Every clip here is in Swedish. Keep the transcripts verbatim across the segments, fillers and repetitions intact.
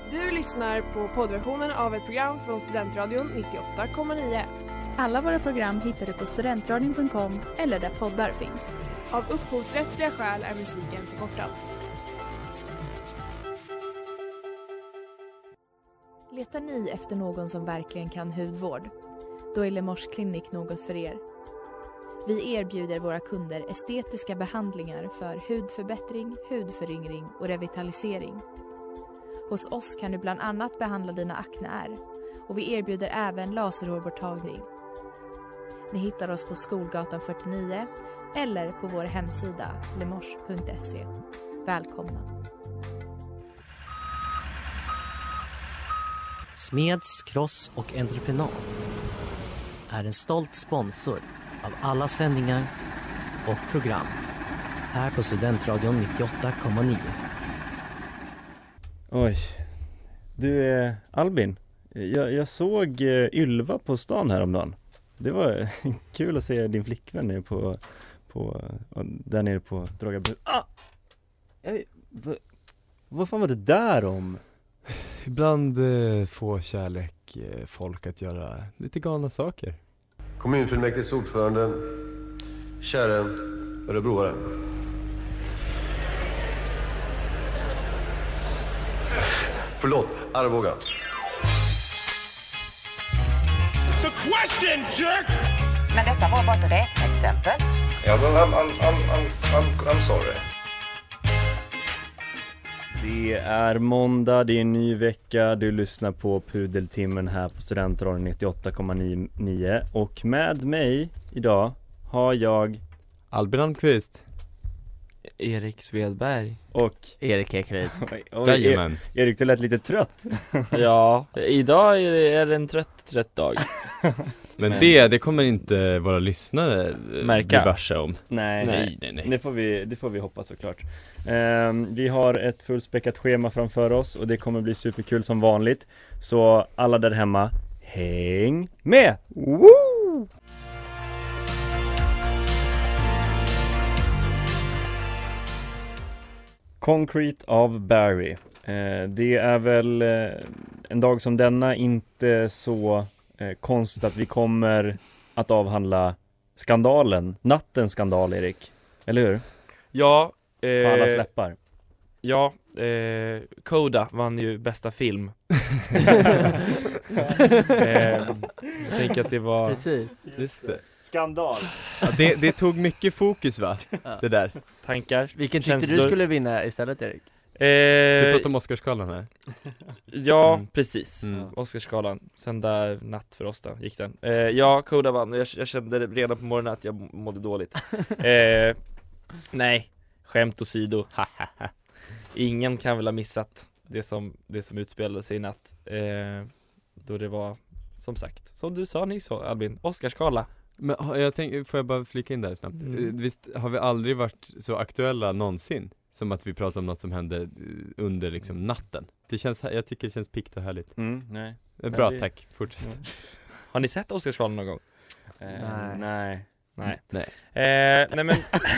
Du lyssnar på poddversionen av ett program från Studentradion nittioåtta komma nio. Alla våra program hittar du på studentradion punkt com eller där poddar finns. Av upphovsrättsliga skäl är musiken förkortad. Letar ni efter någon som verkligen kan hudvård? Då är Lemors Clinic något för er. Vi erbjuder våra kunder estetiska behandlingar för hudförbättring, hudföryngring och revitalisering. Hos oss kan du bland annat behandla dina akneär och vi erbjuder även laserhårborttagning. Ni hittar oss på Skolgatan fyrtionio eller på vår hemsida lemors punkt se. Välkomna! Smeds, Cross och Entreprenad är en stolt sponsor av alla sändningar och program här på Studentradion nittioåtta komma nio. Oj, du är Albin. Jag, jag såg Ylva på stan häromdagen. Det var kul att se din flickvän nere på, på, där nere på Dragabud. Ah! Jag, vad, vad fan var det där om? Ibland eh, får kärlek eh, folk att göra lite galna saker. Kommunfullmäktiges ordförande, kära örebroare. Förlåt, Arboga. The question, jerk! Men detta var bara ett räkneexempel. Ja, men I'm, I'm, I'm, I'm, I'm, I'm sorry. Det är måndag, det är en ny vecka. Du lyssnar på Pudeltimmen här på Studentradion nittioåtta komma nio. Och med mig idag har jag Albin Almqvist, Erik Svedberg och Erik Ekerid. Jajamän. E- Erik, du lät lite trött. Ja, idag är det, är det en trött, trött dag. Men, Men det, det kommer inte våra lyssnare märka. bli varse om. Nej, nej, nej, nej. Det, får vi, det får vi hoppas såklart. Um, vi har ett fullspäckat schema framför oss och det kommer bli superkul som vanligt. Så alla där hemma, häng med! Woo! Concrete av Barry. Eh, det är väl eh, en dag som denna inte så eh, konstigt att vi kommer att avhandla skandalen. Nattens skandal, Erik. Eller hur? Ja, eh, på alla eh, släppar. Ja, eh, Coda vann ju bästa film. eh, jag tänker att det var... Precis. Just det. Skandal. Ja, det, det tog mycket fokus, va? Det där. Tankar. Vilken tyckte känslor. du skulle vinna istället, Erik? Du Eh, pratar om Oscarsgalan här. ja, Mm. precis. Mm. Oscarsgalan. Sända natt för oss då, gick den. Eh, ja, Coda vann. Jag, jag kände redan på morgonen att jag mådde dåligt. Eh, nej, skämt åsido. Ingen kan väl ha missat det som, det som utspelade sig i natt. Eh, då det var, som sagt, som du sa nyss, Albin, Oscarsgala. Men har- jag tänk, får jag bara flika in där snabbt? Mm. Eh, Visst har vi aldrig varit så aktuella någonsin som att vi pratar om något som hände eh, under liksom natten? Det känns, jag tycker det känns pikt och härligt. Mm, nej. Eh, Bra, det- tack. Fortsätt. Har ni sett Oscarsgalan någon gång? Eh, Nej. nej. Nej. Nej. Eh, nej men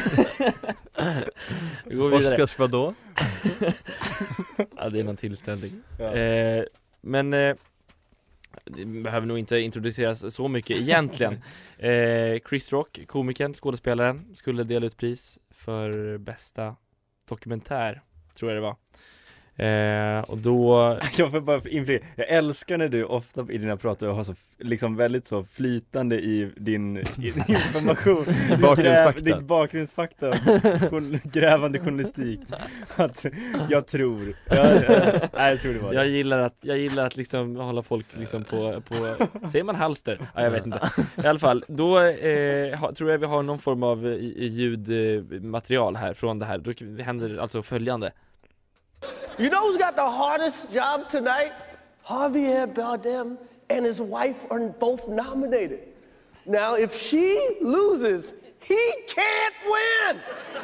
vi går vidare. Oscars vadå? Ja, det är någon tillställning. Ja. Eh, men eh, det behöver nog inte introduceras så mycket egentligen. eh, Chris Rock, komikern, skådespelaren, skulle dela ut pris för bästa dokumentär, tror jag det var. Eh, och då... Jag får bara inflika. Jag älskar när du ofta i dina prat och har så liksom väldigt så flytande i din, i din information. Bakgrundsfakta. Ditt bakgrundsfakta. Kon- grävande journalistik. Att jag tror. Jag, jag, nej, jag tror det var det. Jag gillar att, jag gillar att liksom hålla folk liksom på, på säger man halster? Ja, jag vet inte. I alla fall, då eh, ha, tror jag vi har någon form av eh, ljudmaterial här från det här. Då händer alltså följande. You know who's got the hardest job tonight? Javier Bardem and his wife are both nominated. Now, if she loses, he can't win.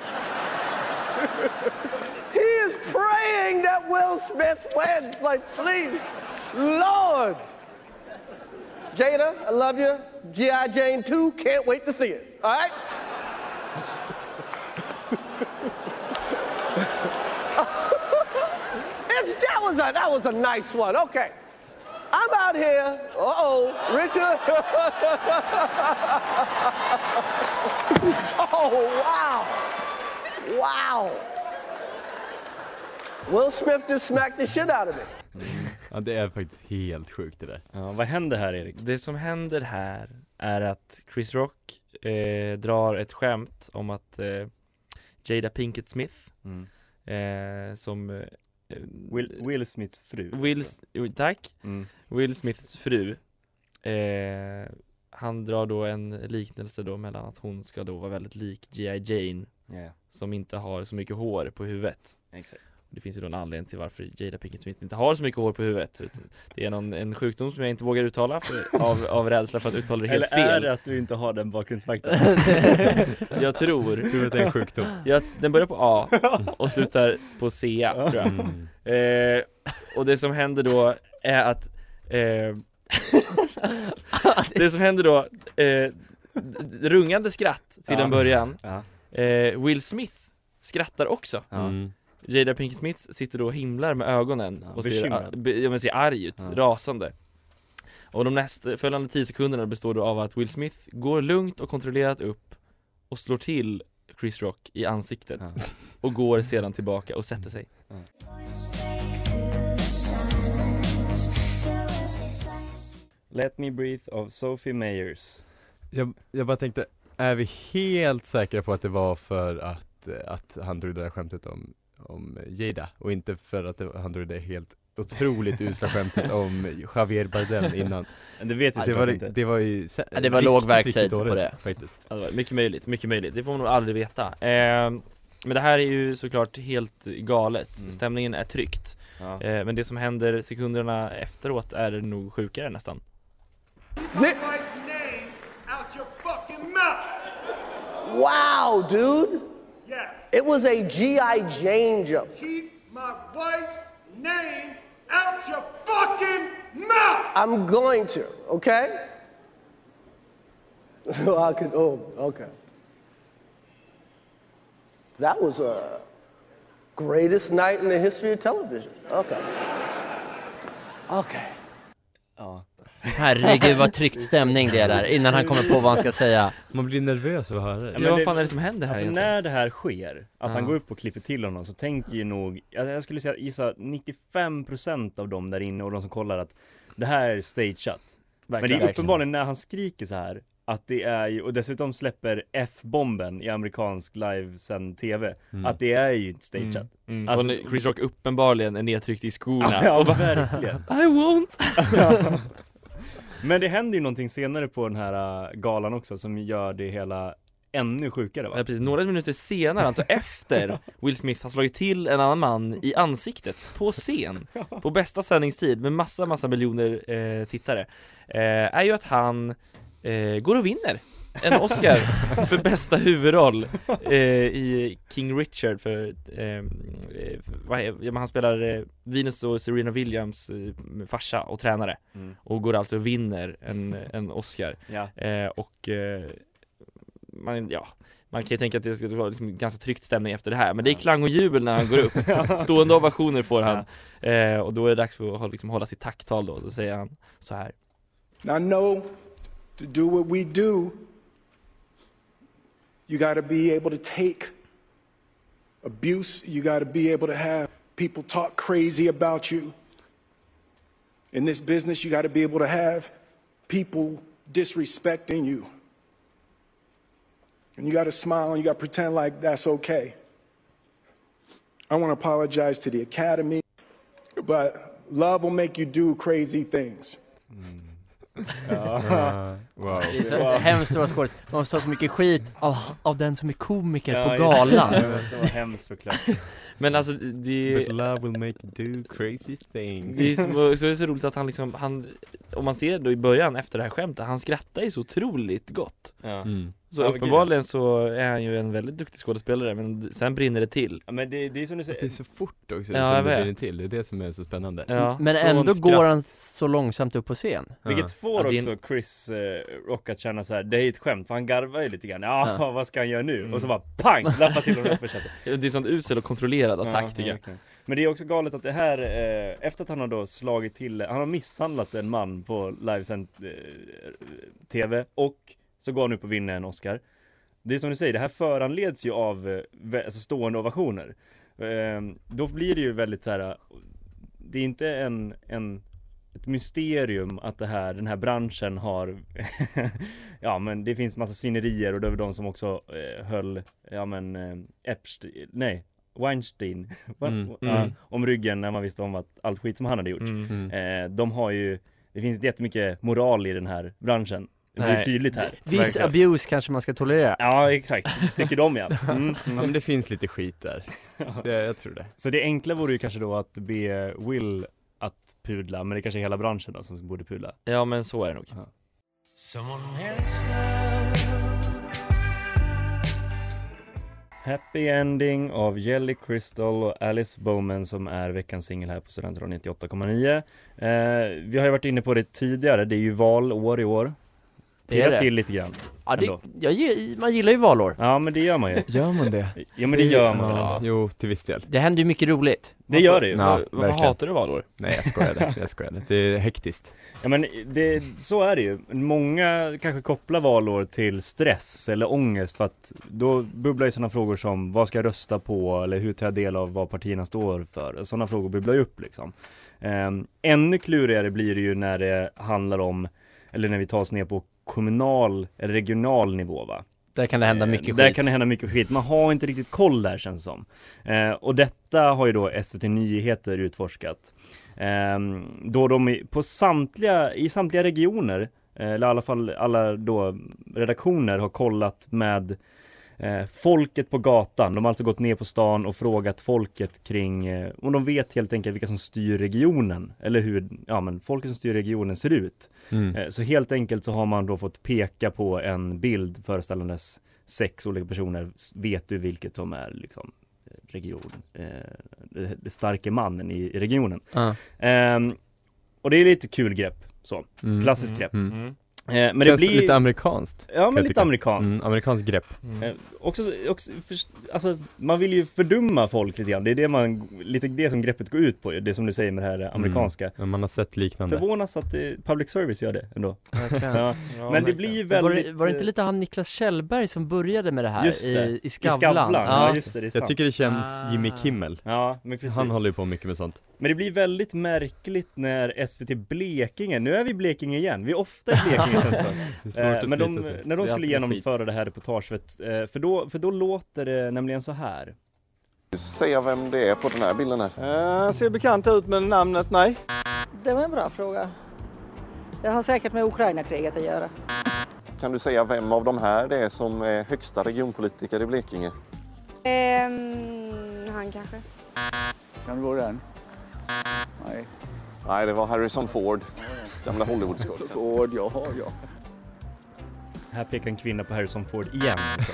He is praying that Will Smith wins. Like, please, Lord. Jada, I love you. G I. Jane two, can't wait to see it. All right? It's, that was was a that was a nice one. Okay. I'm out here. Uh-oh, Richard. Oh, wow. Wow. Will Smith just smacked the shit out of me. Ja, det är faktiskt helt sjukt det där. Ja, vad händer här, Erik? Det som händer här är att Chris Rock eh, drar ett skämt om att eh, Jada Pinkett Smith Mm. eh, som eh, Will, Will Smiths fru. Will, tack. Mm. Will Smiths fru. Eh, han drar då en liknelse då mellan att hon ska då vara väldigt lik G I Jane, Yeah. som inte har så mycket hår på huvudet. Exakt. Det finns ju då en anledning till varför Jada Pinkett Smith inte har så mycket hår på huvudet. Det är någon, en sjukdom som jag inte vågar uttala för, av, av rädsla för att uttala det helt Eller fel. är det att du inte har den bakgrundsfaktorn? Jag tror Du vet, det är en sjukdom. jag, Den börjar på A och slutar på C, tror jag. Mm. Eh, och det som händer då är att eh, det som händer då eh, rungande skratt till Ja. en början. Ja. eh, Will Smith skrattar också. Mm. Jada Pinkett Smith sitter då och himlar med ögonen Ja, och ser, bekymrad. be, ja, men ser arg ut, Ja. rasande. Och de nästföljande tio sekunderna består då av att Will Smith går lugnt och kontrollerat upp och slår till Chris Rock i ansiktet Ja. och går sedan tillbaka och sätter sig. Let Me Breathe av Sophie Mayers. Jag, jag bara tänkte, är vi helt säkra på att det var för att, att han drog det där skämtet om, om Jada och inte för att det, han drog det helt otroligt usla skämtet om Javier Bardem innan? Det vet vi det, var, inte. det var ju Ja, det var låg verkshöjd på det. Faktiskt. Ja, det var mycket möjligt, mycket möjligt. Det får man nog aldrig veta. Eh, men det här är ju såklart helt galet. Mm. Stämningen är tryckt. Ja. Eh, men det som händer sekunderna efteråt är nog sjukare nästan. Wow, dude. Yes. It was a G I Jane joke. Keep my wife's name out your fucking mouth! I'm going to, okay? I could, oh, okay. That was a greatest night in the history of television. Okay. Okay. Ja. Herregud vad tryckt stämning det är där innan han kommer på vad han ska säga. Man blir nervös av att höra det. Ja, Ja, men vad det- fan är det som händer här Alltså egentligen? när det här sker, att Ja. han går upp och klipper till honom, så tänker ju nog, jag, jag skulle säga gissa nittiofem procent av dem där inne och de som kollar att det här är stageat. Men det är verkligen. uppenbarligen när han skriker så här att det är ju, och dessutom släpper F-bomben i amerikansk livesänd tv, Mm. att det är ju inte stageat. Mm. Mm. Alltså- och när Chris Rock uppenbarligen är nedtryckt i skorna. Ja, och bara, verkligen. I won't. Men det händer ju någonting senare på den här äh, galan också som gör det hela ännu sjukare, va? Ja, precis. Några minuter senare, alltså efter Will Smith har slagit till en annan man i ansiktet på scen på bästa sändningstid med massa, massa miljoner eh, tittare, eh, är ju att han eh, går och vinner en Oscar för bästa huvudroll eh, i King Richard för, eh, eh, vad är, ja, men han spelar eh, Venus och Serena Williams eh, farsa och tränare, Mm. och går alltså och vinner en, en Oscar. Ja. Eh, och eh, man, ja, man kan ju tänka att det ska vara liksom ganska tryckt stämning efter det här, men det är klang och jubel när han går upp. Stående ovationer får han. Eh, och då är det dags för att hålla- liksom, hålla sitt tacktal då. Så säger han så här. Now, no, to do what we do, you got to be able to take abuse. You got to be able to have people talk crazy about you. In this business, you got to be able to have people disrespecting you. And you got to smile and you got to pretend like that's okay. I want to apologize to the Academy, but love will make you do crazy things. Ja. Wow. Det är så Wow. hemskt att vara skådis. Man måste ha så mycket skit av, av den som är komiker Ja, på just galan. Det Det måste vara hemskt såklart. Men alltså det, But love will make you do crazy things. det är så, så är det så roligt att han liksom, han, om man ser då i början efter det här skämtet, han skrattar ju så otroligt gott. Ja. Mm. Så Ja, uppenbarligen så är han ju en väldigt duktig skådespelare, men d- sen brinner det till. Ja, men det, det är som du Det är säger. så fort också Ja, jag som det vet. blir till. Det är det som är så spännande. Ja. Men Från ändå skratt. går han så långsamt upp på scen. Vilket får Ja, det är också en- Chris eh, Rock att känna så här, det är ett skämt, för han garvar ju lite grann. Ja, Ja. vad ska han göra nu? Mm. Och så bara pang, lappa till honom upp och sätter. Det är sånt usel och kontrollerad balanserad attack Ja, tycker jag. verkligen. Men det är också galet att det här, eh, efter att han har då slagit till, han har misshandlat en man på livesänd eh, tv och så går han upp och vinner en Oscar. Det är som du säger, det här föranleds ju av eh, alltså stående ovationer. Eh, då blir det ju väldigt så här, det är inte en, en ett mysterium att det här, den här branschen har ja men det finns massa svinerier och det var de som också eh, höll ja men eh, Epstein, nej Weinstein Mm, ja, mm. om ryggen när man visste om att allt skit som han hade gjort. Mm. Eh, de har ju, det finns jättemycket moral i den här branschen. Det blir Nej. tydligt här. Viss abuse kanske man ska tolerera. Ja, exakt. Tycker de ja. Mm, mm. Ja, men det finns lite skit där. Det, jag tror det. Så det enkla vore ju kanske då att be Will att pudla, men det är kanske är hela branschen då som borde pudla. Ja, men så är det nog. Ja. Happy Ending av Jelly Crystal och Alice Bowman som är veckans singel här på Studentradion nittioåtta komma nio. Eh, vi har ju varit inne på det tidigare, det är ju valår i år. Det är Pirra det. till lite grann. Ja, det, ändå. jag, gi- man gillar ju valår. Ja, men det gör man ju. Gör man det? Ja, men det gör man väl. Ja, jo, till viss del. Det händer ju mycket roligt. Det gör det ju. Ja, Var, varför verkligen. hatar du valår? Nej, jag skojade. Jag skojade. Det är hektiskt. Ja, men det, så är det ju. Många kanske kopplar valår till stress eller ångest för att då bubblar ju sådana frågor som vad ska jag rösta på eller hur tar jag del av vad partierna står för. Sådana frågor bubblar ju upp liksom. Um, ännu klurigare blir det ju när det handlar om, eller när vi tar oss ner på kommunal eller regional nivå va. Där kan det hända mycket eh, skit. Där kan det hända mycket skit. Man har inte riktigt koll där känns som. Eh, och detta har ju då S V T Nyheter utforskat. Eh, då de i- på samtliga, i samtliga regioner, eh, eller i alla fall alla då redaktioner har kollat med eh, folket på gatan. De har alltså gått ner på stan och frågat folket kring, eh, och de vet helt enkelt vilka som styr regionen. Eller hur, ja men folket som styr regionen ser ut. Mm. Eh, Så helt enkelt så har man då fått peka på en bild föreställandes sex olika personer. S- Vet du vilket som är liksom region, eh, det, det starka mannen i, i regionen. Ja. Ehm, och det är lite kul grepp, så. Mm. Klassiskt Mm. grepp. Mm. Mm. Eh, men det Känns blir lite amerikanskt. ja, kan men jag lite tycka. amerikanskt. Mm, amerikansk grepp. Mm. Eh, också, också för, alltså, man vill ju fördumma folk lite grann. Det är det man, lite det som greppet går ut på. Det som du säger med det här eh, amerikanska. Mm. Men man har sett liknande. Förvånas att eh, public service gör det ändå. Verkligen. Ja. Ja, Men det verkligen. blir ju Var väldigt... det, var det inte lite han Niklas Kjellberg som började med det här Just det. i, i I Skavlan? Skavlan, ja, Ja. just det, det är Jag sant. tycker det känns Ah. Jimmy Kimmel. Ja, men precis. Han håller ju på mycket med sånt. Men det blir väldigt märkligt när S V T Blekinge, nu är vi i Blekinge igen, vi är ofta i Blekinge känns det som. Det är svårt Eh, att Men slita de, sig. när Det de är skulle alltid genomföra det här reportaget, eh, för då, för då låter det nämligen så här. Säga vem det är på den här bilden här. Uh, ser bekant ut men namnet nej. Det var en bra fråga. Det har säkert med Ukraina-kriget att göra. Kan du säga vem av de här det är som är högsta regionpolitiker i Blekinge? Ehm, han kanske. Kan det vara den? Nej. Nej, det var Harrison Ford, gamla Hollywoodskådisen. Ford, jaha, ja. Här pekar en kvinna på Harrison Ford igen. Alltså.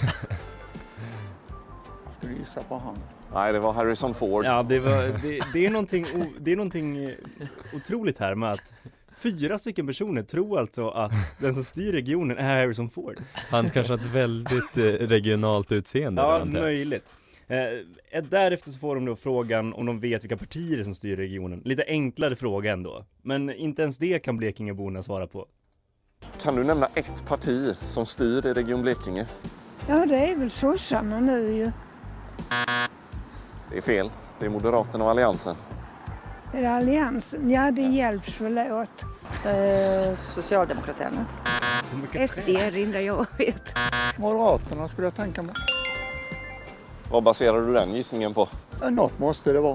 Ska du gissa på han? Nej, det var Harrison Ford. Ja, det, var, det, det är någonting, o, det är någonting eh, otroligt här med att fyra stycken personer tror alltså att den som styr regionen är Harrison Ford. Han kanske har ett väldigt eh, regionalt utseende. Ja, antar jag. möjligt. Eh, därefter så får de då frågan om de vet vilka partier som styr regionen. Lite enklare fråga ändå. Men inte ens det kan Blekingeborna svara på. Kan du nämna ett parti som styr i Region Blekinge? Ja, det är väl sossarna nu ju. Det är fel. Det är Moderaterna och Alliansen. Är det alliansen? Ja, det hjälps väl åt. Eh, Socialdemokraterna. S D erinrar jag vet. Moderaterna skulle jag tänka mig. Vad baserar du den gissningen på? Ja, något måste det vara.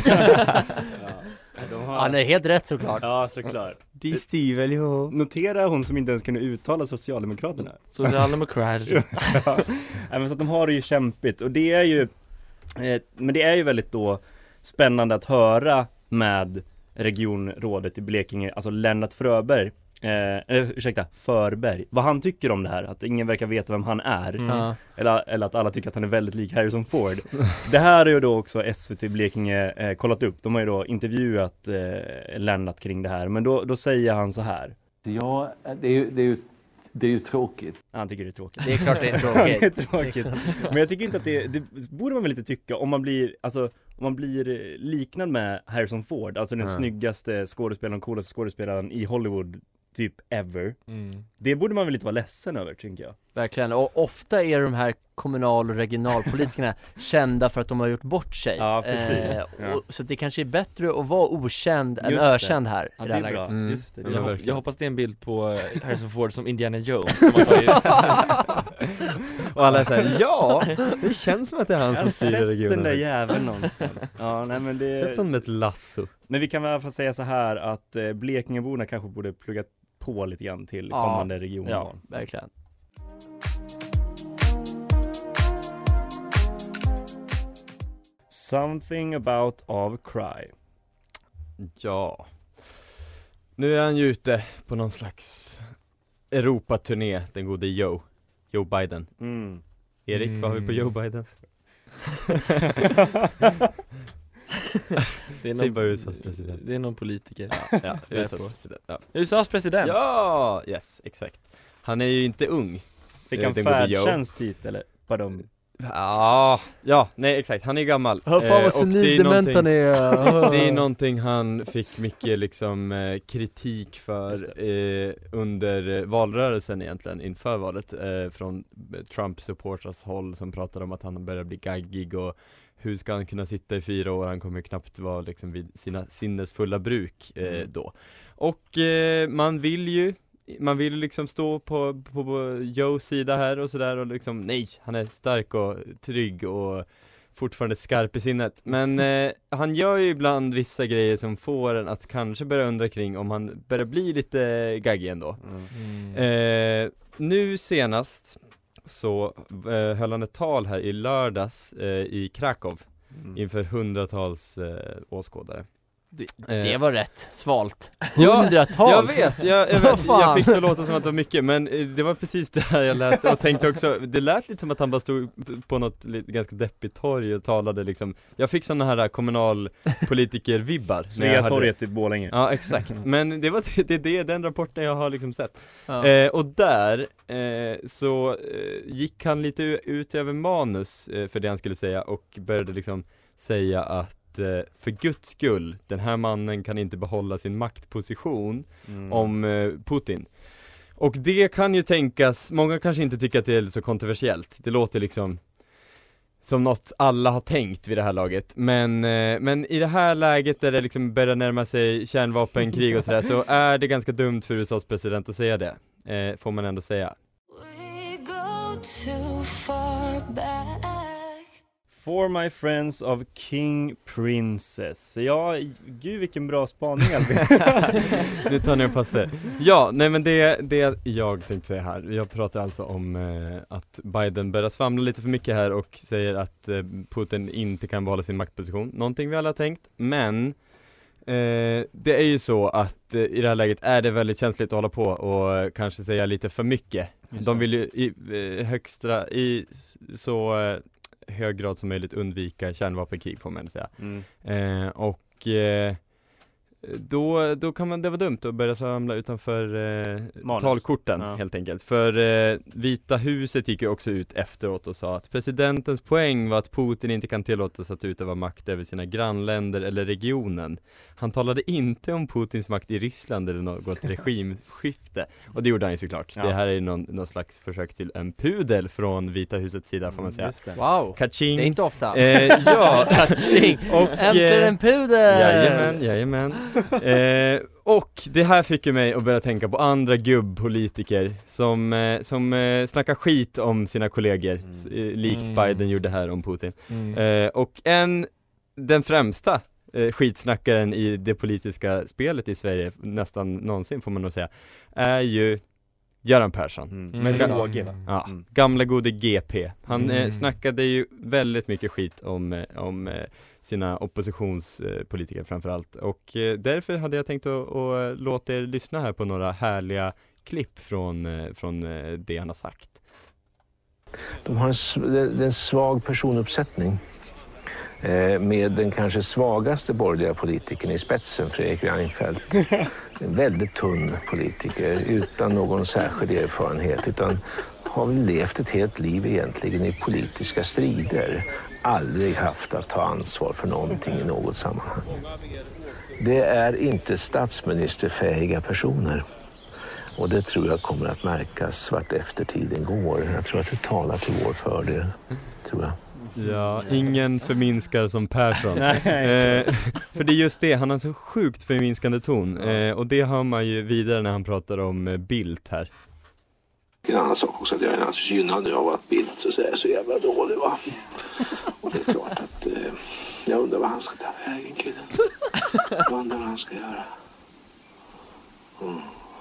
Ja, de har... Han är helt rätt såklart. Ja, såklart. De styr väl ihop. Notera hon som inte ens kunde uttala Socialdemokraterna. Socialdemokrat. Ja. Nej, men så att de har det ju kämpigt. Och det är ju eh, men det är ju väldigt då spännande att höra med regionrådet i Blekinge, alltså Lennart Fröberg eh, eh, ursäkta, Förberg, vad han tycker om det här, att ingen verkar veta vem han är. Mm. eller, eller att alla tycker att han är väldigt lik Harrison Ford. Det här är ju då också S V T Blekinge eh, kollat upp. De har ju då intervjuat eh, Lennart kring det här, men då, då säger han så här. Ja, det är ju, det är ju det är ju tråkigt. Ja, han tycker det är tråkigt. Det är klart det är tråkigt. det är tråkigt. Men jag tycker inte att det, det borde man väl inte tycka om man blir, alltså om man blir liknad med Harrison Ford, alltså den Mm. snyggaste skådespelaren, coolaste skådespelaren i Hollywood typ ever. Mm. Det borde man väl inte vara ledsen över, tycker jag. Verkligen, och ofta är de här kommunal- och regionalpolitikerna kända för att de har gjort bort sig. Ja, precis. Eh, Ja. och, så det kanske är bättre att vara okänd än Just det. ökänd här Ja, i det det är här bra. läget. Mm. Just det, det Jag, är hop- verkligen. jag hoppas det är en bild på Harrison Ford som Indiana Jones. De har tagit- Och alla säger ja, det känns som att det är han Jag som har styr sett regionen. den där jäveln någonstans. Ja, nej men det... Sett honom med ett lasso. Men vi kan väl i alla fall säga så här att eh, Blekingeborna kanske borde plugga på lite grann till Ja. kommande regionval. Ja, verkligen. Something about of Cry. Ja. Nu är han ju ute på någon slags Europaturné, den gode Joe. Joe Biden. Mm. Erik, Mm. vad har vi på Joe Biden? Det är Säg någon, bara U S A:s president. det är någon politiker. Ja, ja Jag är U S A:s på. president. Ja. U S A:s president. ja, yes, exakt. Han är ju inte ung. Fick Eh, han den gode Joe. färdtjänst hit eller? Pardon. Ja, ja, nej exakt, han är gammal. Hör fan Eh, vad och det är senildement han någonting- är. Det är någonting han fick mycket liksom eh, kritik för eh, under valrörelsen egentligen, inför valet, eh, från Trump-supporters håll som pratade om att han börjar bli gaggig och hur ska han kunna sitta i fyra år, han kommer knappt vara liksom vid sina sinnesfulla bruk eh, Mm. då. Och eh, man vill ju Man vill liksom stå på, på, på Joes sida här och sådär och liksom, nej, han är stark och trygg och fortfarande skarp i sinnet. Men eh, han gör ju ibland vissa grejer som får en att kanske börja undra kring om han börjar bli lite gaggig ändå. Mm. Eh, nu senast så eh, höll han ett tal här i lördags eh, i Krakow Mm. inför hundratals eh, åskådare. Det, Eh, det var rätt svalt. Ja, Hundratals. jag vet, jag, jag, Vad vet, fan? jag fick det låta som att det var mycket, men eh, det var precis det här jag läste och tänkte också, det lät lite som att han bara stod p- på något lite, ganska deppigt torg och talade liksom, jag fick sådana här kommunalpolitiker-vibbar. när jag hade- Sveatorget i Borlänge. Ja, exakt, men det var det, det är den rapporten jag har liksom sett. Ja. Eh, och där eh, så eh, gick han lite u- ut över manus eh, för det han skulle säga och började liksom säga att eh, för Guds skull, den här mannen kan inte behålla sin maktposition Mm. om eh, Putin. Och det kan ju tänkas, många kanske inte tycker att det är så kontroversiellt. Det låter liksom som något alla har tänkt vid det här laget. Men, eh, men i det här läget där det liksom börjar närma sig kärnvapenkrig och sådär, så är det ganska dumt för U S A:s president att säga det. Eh, får man ändå säga. For my friends of King Princess. Ja, gud vilken bra spaning Albin. Nu tar ni och passar. Ja, nej men det, det jag tänkte säga här. Jag pratar alltså om eh, att Biden börjar svamla lite för mycket här och säger att eh, Putin inte kan behålla sin maktposition. Någonting vi alla har tänkt. Men eh, det är ju så att eh, i det här läget är det väldigt känsligt att hålla på och eh, kanske säga lite för mycket. Just De det. vill ju i eh, högsta, i s- så eh, hög grad som möjligt undvika kärnvapenkrig får man säga. Mm. Eh, och eh, då, då kan man, det var dumt att börja samla utanför eh, Manus. talkorten Ja. helt enkelt. För eh, Vita huset gick ju också ut efteråt och sa att presidentens poäng var att Putin inte kan tillåtas att utöva makt över sina grannländer eller regionen. Han talade inte om Putins makt i Ryssland eller något regimskifte. Och det gjorde han ju såklart. Ja. Det här är ju någon, någon slags försök till en pudel från Vita husets sida får man säga. Just det. Wow, Kaching. det är inte ofta. Eh, ja, Kaching. Och, Äntligen eh, en pudel! Jajamän, jajamän. eh, Och det här fick ju mig att börja tänka på andra gubbpolitiker som, eh, som eh, snackar skit om sina kollegor, Mm. s- eh, likt Mm. Biden gjorde här om Putin. Mm. Eh, och en, den främsta eh, skitsnackaren i det politiska spelet i Sverige, nästan någonsin får man nog säga, är ju Göran Persson. Mm. Mm. Men Råge va? Ja, Mm. gamla gode G P. Han eh, Mm. snackade ju väldigt mycket skit om, eh, om eh, sina oppositionspolitiker eh, framförallt. Och eh, därför hade jag tänkt att, att låta er lyssna här på några härliga klipp från, eh, från eh, det han har sagt. De har en, s- det är en svag personuppsättning. eh, med den kanske svagaste borgerliga politikern i spetsen, Fredrik Reinfeldt. En väldigt tunn politiker utan någon särskild erfarenhet, utan har väl levt ett helt liv egentligen i politiska strider. Aldrig haft att ta ansvar för någonting i något sammanhang. Det är inte statsministerfähiga personer. Och det tror jag kommer att märkas vart efter tiden går. Jag tror att det talar till vår fördel, tror jag. Ja, ingen förminskar som Persson. Nej, eh, för det är just det, han har så sjukt förminskande ton. Eh, och det hör man ju vidare när han pratar om eh, Bildt här. En annan sak också, att jag är naturligtvis gynnad nu av att Bildt så, säga, så jävla dålig, va? Och det är klart att eh, jag undrar vad han ska ta vägen, killen. Jag undrar vad han ska göra. Mm.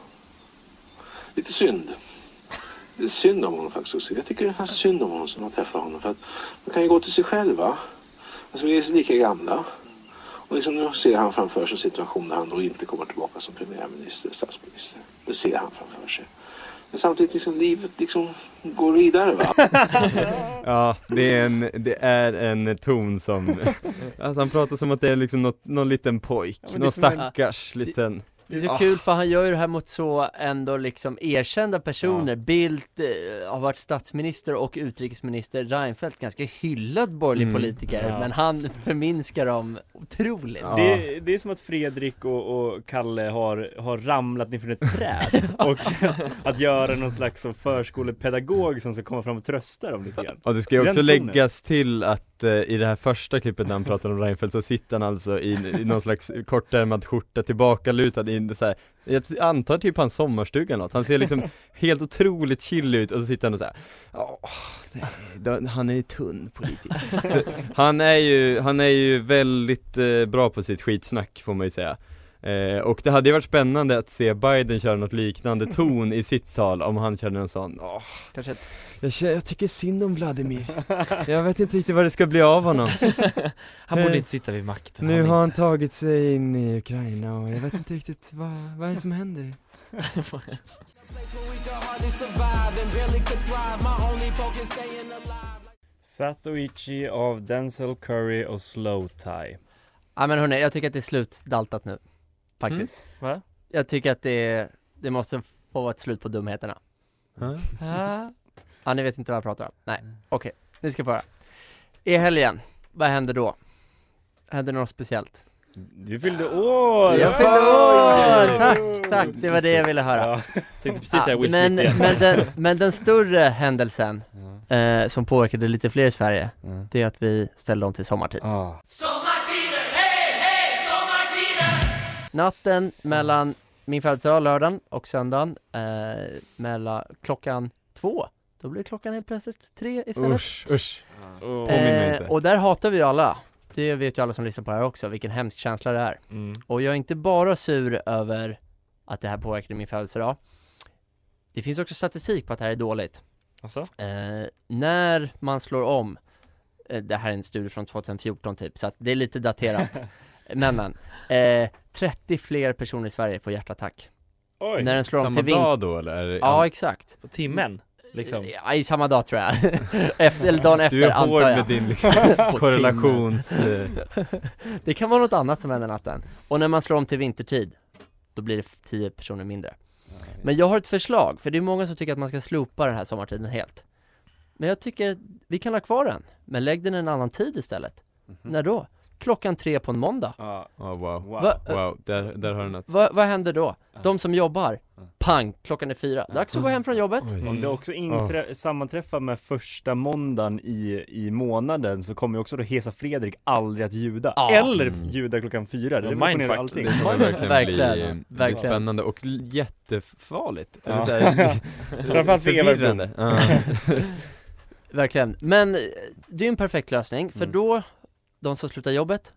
Lite synd. Det är synd om honom faktiskt också. Jag tycker det är synd om honom som har träffat honom. För att man kan ju gå till sig själva. Alltså vi är lika gamla. Och liksom nu ser han framför sig en situation där han då inte kommer tillbaka som premiärminister, statsminister. Det ser han framför sig. Men samtidigt liksom livet liksom går vidare, va? Ja, det är en, det är en ton som... Alltså han pratar som att det är liksom något, någon liten pojk. Ja, någon stackars en... liten... Det är så ah. kul för han gör ju det här mot så ändå liksom erkända personer. Ja. Bildt eh, har varit statsminister och utrikesminister. Reinfeldt, ganska hyllad borgerlig mm. politiker. Ja. Men han förminskar dem otroligt. Ja. Det, det är som att Fredrik och, och Kalle har, har ramlat ner från ett träd. Och att göra någon slags förskolepedagog som ska komma fram och trösta dem lite grann. Och det ska ju också läggas till att eh, i det här första klippet när han pratar om Reinfeldt så sitter han alltså i, i någon slags kortärmad skjorta tillbaka lutad in så här, jag antar typ hans sommarstuga eller något. Han ser liksom helt otroligt chill ut och så sitter han och så här, åh, nej, han är tunn politiker. han är ju han är ju väldigt eh, bra på sitt skitsnack får man ju säga. Eh, och det hade ju varit spännande att se Biden köra något liknande ton i sitt tal om han körde en sån åh, kanske ett... jag, jag tycker synd om Vladimir. Jag vet inte riktigt vad det ska bli av honom. Han borde eh, inte sitta vid makten. Nu han har han inte. tagit sig in i Ukraina och jag vet inte riktigt vad, vad är det som händer. Satoichi av Denzel Curry och Slow Tie. Ja men hörni, jag tycker att det är slutdaltat nu. Faktiskt. Mm. Va? Jag tycker att det, det måste få vara ett slut på dumheterna. Huh? Ja. Ja, ni vet inte vad jag pratar om. Nej, okej. Okay. Ni ska få höra. I helgen, vad händer då? Händer något speciellt? Du fyllde år! Jag fyllde år! Tack, tack. Det var det jag ville höra. Ja. Tänkte precis säga Will men, Smith men, den, men den större händelsen ja. eh, som påverkade lite fler i Sverige, ja. det är att vi ställde om till sommartid. Ja. Sommartider, hej, hej, sommartider! Natten mellan min födelsedag lördagen och söndagen, eh, mellan klockan två, då blir klockan helt plötsligt tre istället. Usch, usch. Oh. Eh, och där hatar vi alla. Det vet ju alla som lyssnar på det här också, vilken hemsk känsla det är. Mm. Och jag är inte bara sur över att det här påverkade min födelsedag. Det finns också statistik på att det här är dåligt. Alltså? Eh, när man slår om, eh, det här är en studie från tjugohundrafjorton typ, så att det är lite daterat. men men, eh, trettio fler personer i Sverige får hjärtattack. Oj, när den slår om samma till vin- dag då eller? Ja, exakt. På timmen? Liksom. Ja, i samma dag tror jag. efter, eller dagen efter, du är antar hård jag. med din liksom, korrelations... Det kan vara något annat som händer natten. Och när man slår om till vintertid, då blir det tio personer mindre. Men jag har ett förslag, för det är många som tycker att man ska slopa den här sommartiden helt. Men jag tycker vi kan ha kvar den, men lägg den en annan tid istället. Mm-hmm. När då? Klockan tre på en måndag. Ja, oh, wow. Wow, Va, wow. Där, där har du något. Vad va händer då? De som jobbar, pang, klockan är fyra. Dags att gå hem från jobbet. Oj. Om det också inträ- sammanträffar med första måndagen i, i månaden, så kommer ju också då Hesa Fredrik aldrig att ljuda. Ah. Eller Mm. ljuda klockan fyra. Det är mindfuck. allting. Det kommer verkligen, verkligen bli, verkligen. bli spännande och jättefarligt. Ja. Eller så här, framförallt förvirrande. Ja. Verkligen. Men det är en perfekt lösning, för Mm. då, de som slutar jobbet,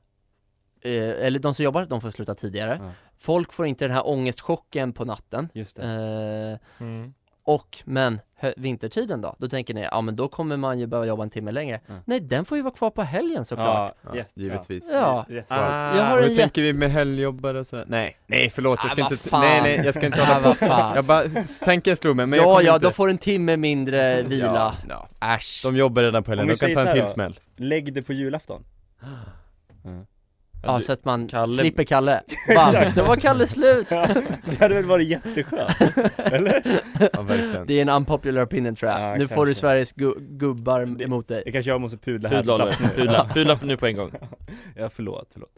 eh, eller de som jobbar, de får sluta tidigare. Ja. Folk får inte den här ångestchocken på natten. Just det. Eh, Mm. Och, men hö- vintertiden då? Då tänker ni, ja men då kommer man ju behöva jobba en timme längre. Ja. Nej, den får ju vara kvar på helgen såklart. Ja, Ja, yes, givetvis. Ja. Yes. Ah. Jag har Hur en tänker jätte... vi med helgjobbare och så? Nej, nej förlåt, jag ska Ah, vad inte... fan. Nej, nej, jag ska inte Ah, hålla vad på. fan. Jag bara, tanken slog mig, men jag Ja, kommer ja, inte. då får en timme mindre vila. Ja, ja. Äsch. De jobbar redan på helgen, Om vi de kan säger ta en så här till då. smäll. Lägg det på julafton. Mm. Ja, så att man Kalle- slipper Kalle. Bam, det var Kalle slut. Det hade väl varit jätteskönt, eller? Ja, verkligen. Det är en unpopular opinion, tror jag. Ja, Nu kanske. får du Sveriges gu- gubbar emot dig. Det kanske jag måste pudla här Pudla, på plats nu. pudla, pudla nu på en gång. Ja, förlåt, förlåt.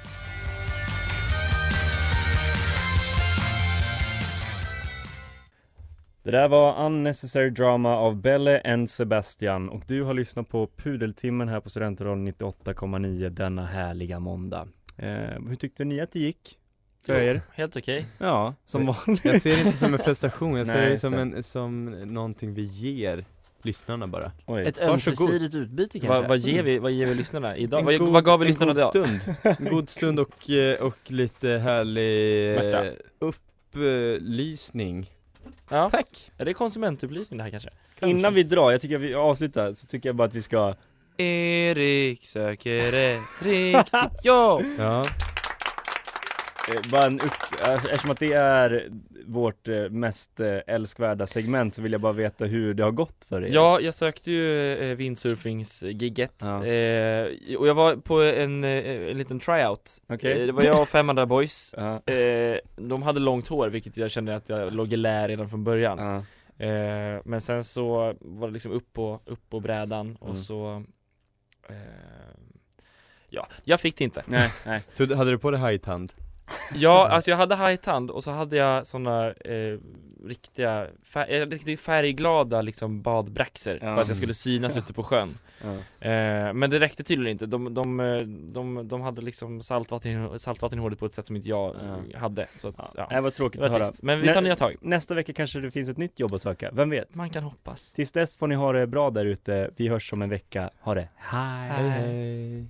Det där var Unnecessary Drama av Belle and Sebastian, och du har lyssnat på Pudeltimmen här på Studentradion nittioåtta komma nio denna härliga måndag. Eh, hur tyckte ni att det gick för er? Helt okej. Ja, som vanligt. Jag ser det inte som en prestation, jag ser Nej, det som, så. en, som någonting vi ger lyssnarna bara. Oj. Ett Varsågod. ömsesidigt utbyte kanske. Vad, vad, ger vi, vad ger vi lyssnarna idag? En Vad, god- vad gav vi en lyssnarna god idag? stund. En god stund och, eh, och lite härlig Smärta. eh, upplysning. Ja. Tack. Är det konsumentupplysning det här kanske? Innan vi drar, jag tycker vi avslutar, så tycker jag bara att vi ska... Erik söker ett riktigt jobb. Ja. Eh, bara en upp, eh, eftersom att det är vårt eh, mest eh, älskvärda segment, så vill jag bara veta hur det har gått för er. Ja, jag sökte ju eh, windsurfingsgigget Ja. eh, och jag var på en, eh, en liten tryout. Okej. eh, Det var jag och fem andra boys. Ja. eh, De hade långt hår, vilket jag kände att jag låg i lä redan från början. Ja. eh, Men sen så var det liksom upp på, upp på brädan och Mm. så eh, ja, jag fick det inte. Nej, nej. Så hade du på dig hajtand? Ja, alltså jag hade hajtand och så hade jag såna eh, riktiga fär- eh, riktigt färgglada liksom badbraxer Ja. för att jag skulle synas ute på sjön. Ja. Eh, men det räckte tydligen inte. De, de, eh, de, de hade liksom saltvatten, saltvatten i håret på ett sätt som inte jag Ja. hade. Så att, ja. Det var tråkigt Det var att höra. trist. Men vi tar Nä- nya tag. Nästa vecka kanske det finns ett nytt jobb att söka, vem vet? Man kan hoppas. Tills dess får ni ha det bra där ute. Vi hörs om en vecka. Ha det. Hej. Hej, hej.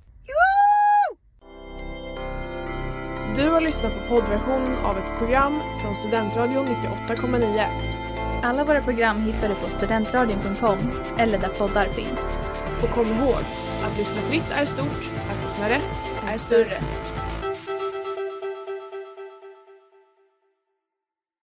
Du har lyssnat på poddversionen av ett program från Studentradion nittioåtta komma nio. Alla våra program hittar du på studentradion punkt com eller där poddar finns. Och kom ihåg, att lyssna fritt är stort, att lyssna rätt är större.